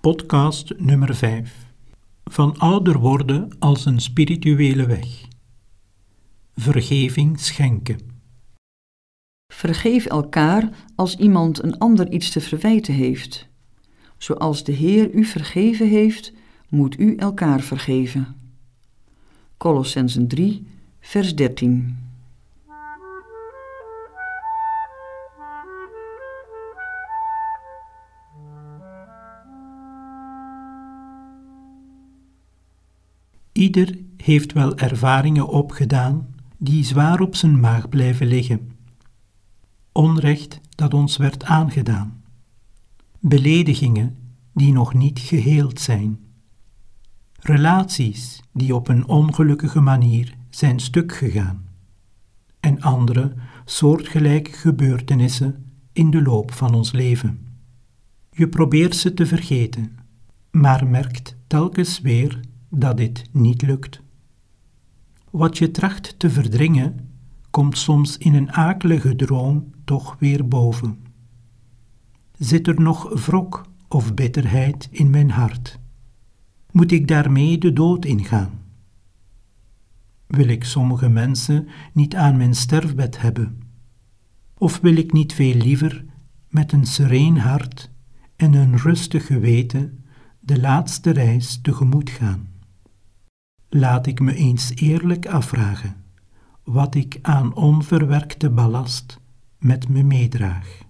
Podcast nummer 5. Van ouder worden als een spirituele weg. Vergeving schenken. Vergeef elkaar als iemand een ander iets te verwijten heeft. Zoals de Heer u vergeven heeft, moet u elkaar vergeven. Kolossenzen 3, vers 13. Ieder heeft wel ervaringen opgedaan die zwaar op zijn maag blijven liggen. Onrecht dat ons werd aangedaan. Beledigingen die nog niet geheeld zijn. Relaties die op een ongelukkige manier zijn stuk gegaan. En andere soortgelijke gebeurtenissen in de loop van ons leven. Je probeert ze te vergeten, maar merkt telkens weer dat dit niet lukt. Wat je tracht te verdringen, komt soms in een akelige droom toch weer boven. Zit er nog wrok of bitterheid in mijn hart? Moet ik daarmee de dood ingaan? Wil ik sommige mensen niet aan mijn sterfbed hebben? Of wil ik niet veel liever met een sereen hart en een rustig geweten de laatste reis tegemoet gaan? Laat ik me eens eerlijk afvragen wat ik aan onverwerkte ballast met me meedraag.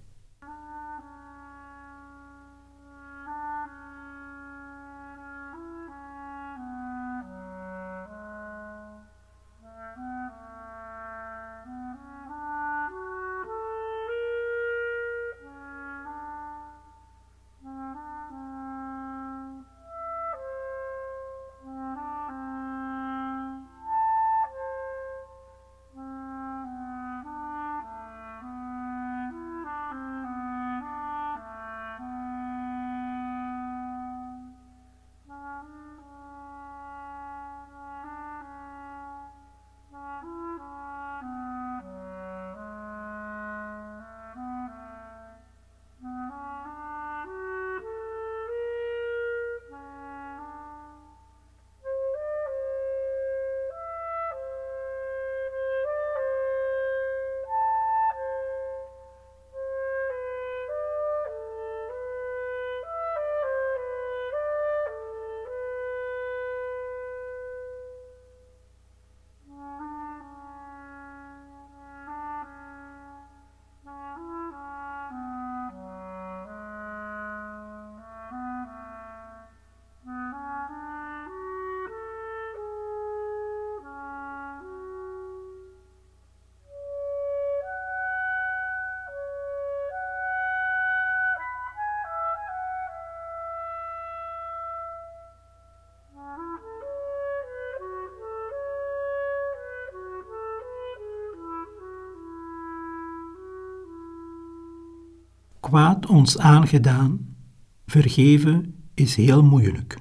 Kwaad ons aangedaan, vergeven is heel moeilijk.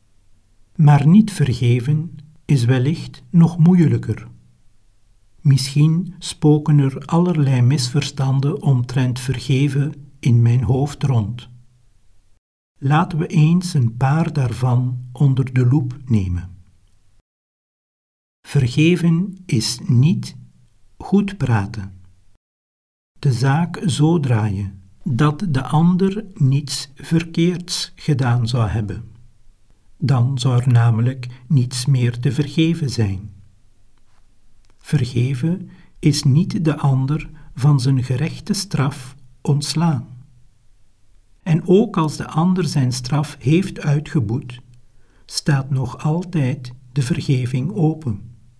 Maar niet vergeven is wellicht nog moeilijker. Misschien spoken er allerlei misverstanden omtrent vergeven in mijn hoofd rond. Laten we eens een paar daarvan onder de loep nemen. Vergeven is niet goed praten. De zaak zo draaien dat de ander niets verkeerds gedaan zou hebben. Dan zou er namelijk niets meer te vergeven zijn. Vergeven is niet de ander van zijn gerechte straf ontslaan. En ook als de ander zijn straf heeft uitgeboet, staat nog altijd de vergeving open.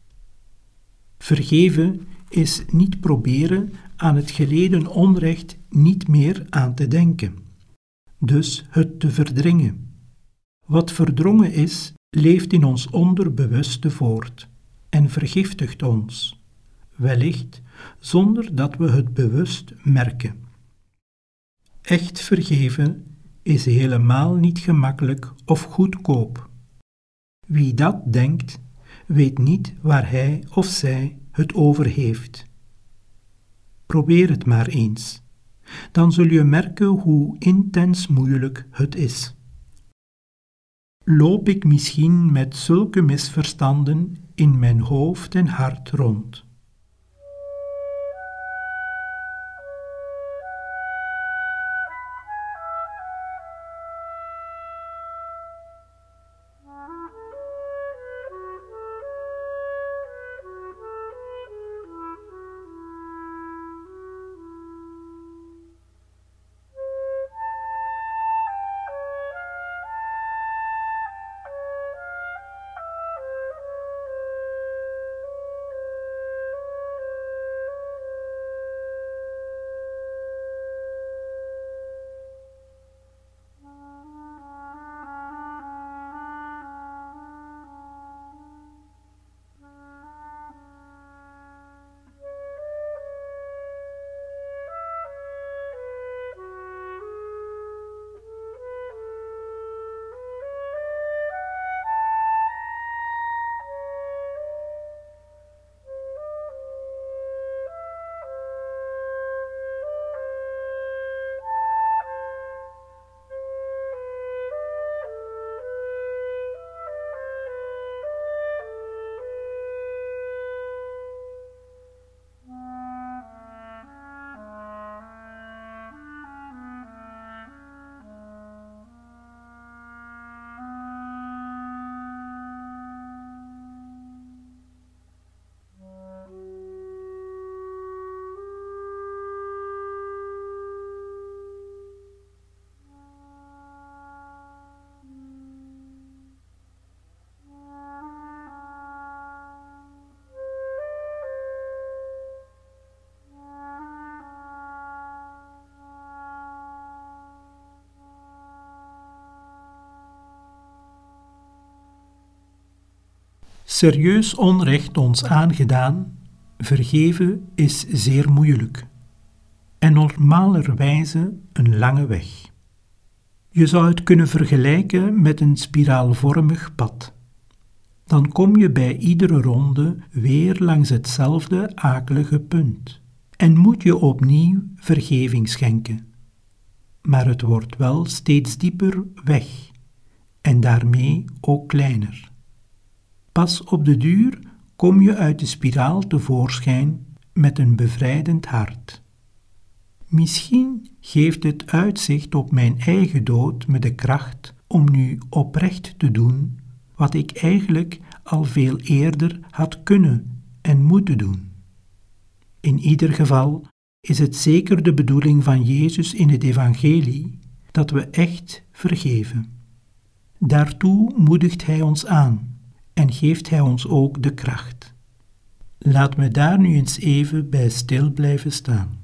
Vergeven is niet proberen aan het geleden onrecht niet meer aan te denken, dus het te verdringen. Wat verdrongen is, leeft in ons onderbewuste voort en vergiftigt ons, wellicht zonder dat we het bewust merken. Echt vergeven is helemaal niet gemakkelijk of goedkoop. Wie dat denkt, weet niet waar hij of zij het over heeft. Probeer het maar eens. Dan zul je merken hoe intens moeilijk het is. loop ik misschien met zulke misverstanden in mijn hoofd en hart rond. Serieus onrecht ons aangedaan, vergeven is zeer moeilijk en normalerwijze een lange weg. Je zou het kunnen vergelijken met een spiraalvormig pad. Dan kom je bij iedere ronde weer langs hetzelfde akelige punt en moet je opnieuw vergeving schenken. Maar het wordt wel steeds dieper weg en daarmee ook kleiner. Pas op de duur kom je uit de spiraal tevoorschijn met een bevrijdend hart. Misschien geeft het uitzicht op mijn eigen dood me de kracht om nu oprecht te doen wat ik eigenlijk al veel eerder had kunnen en moeten doen. In ieder geval is het zeker de bedoeling van Jezus in het evangelie dat we echt vergeven. Daartoe moedigt Hij ons aan en geeft Hij ons ook de kracht. Laat me daar nu eens even bij stil blijven staan.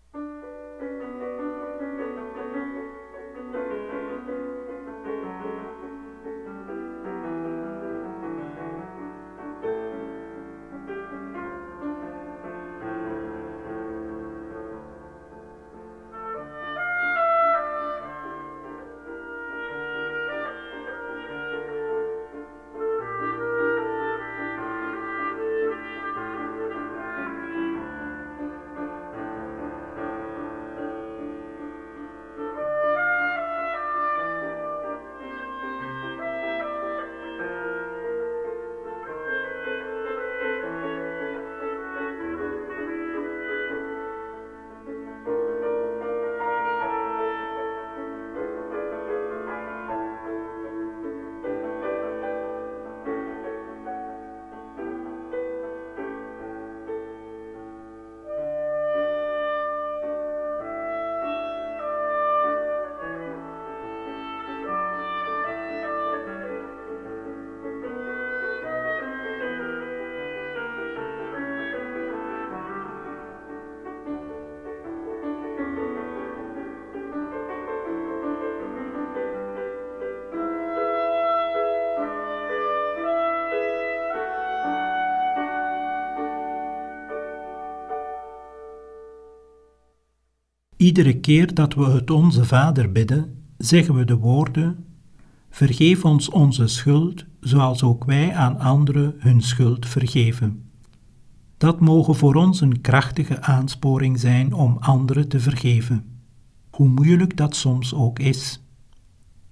Iedere keer dat we het Onze Vader bidden, zeggen we de woorden: vergeef ons onze schuld, zoals ook wij aan anderen hun schuld vergeven. Dat mogen voor ons een krachtige aansporing zijn om anderen te vergeven, hoe moeilijk dat soms ook is.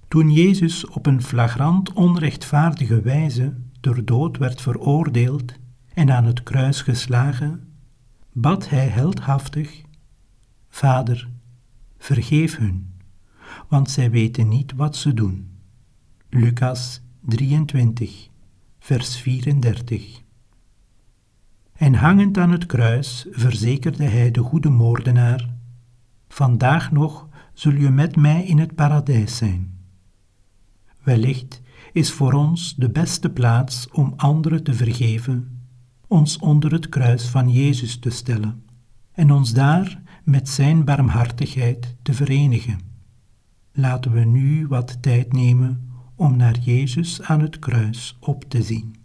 Toen Jezus op een flagrant onrechtvaardige wijze ter dood werd veroordeeld en aan het kruis geslagen, bad hij heldhaftig: Vader, vergeef hun, want zij weten niet wat ze doen. Lucas 23, vers 34. En hangend aan het kruis verzekerde hij de goede moordenaar: Vandaag nog zul je met mij in het paradijs zijn. Wellicht is voor ons de beste plaats om anderen te vergeven, ons onder het kruis van Jezus te stellen en ons daar met zijn barmhartigheid te verenigen. Laten we nu wat tijd nemen om naar Jezus aan het kruis op te zien.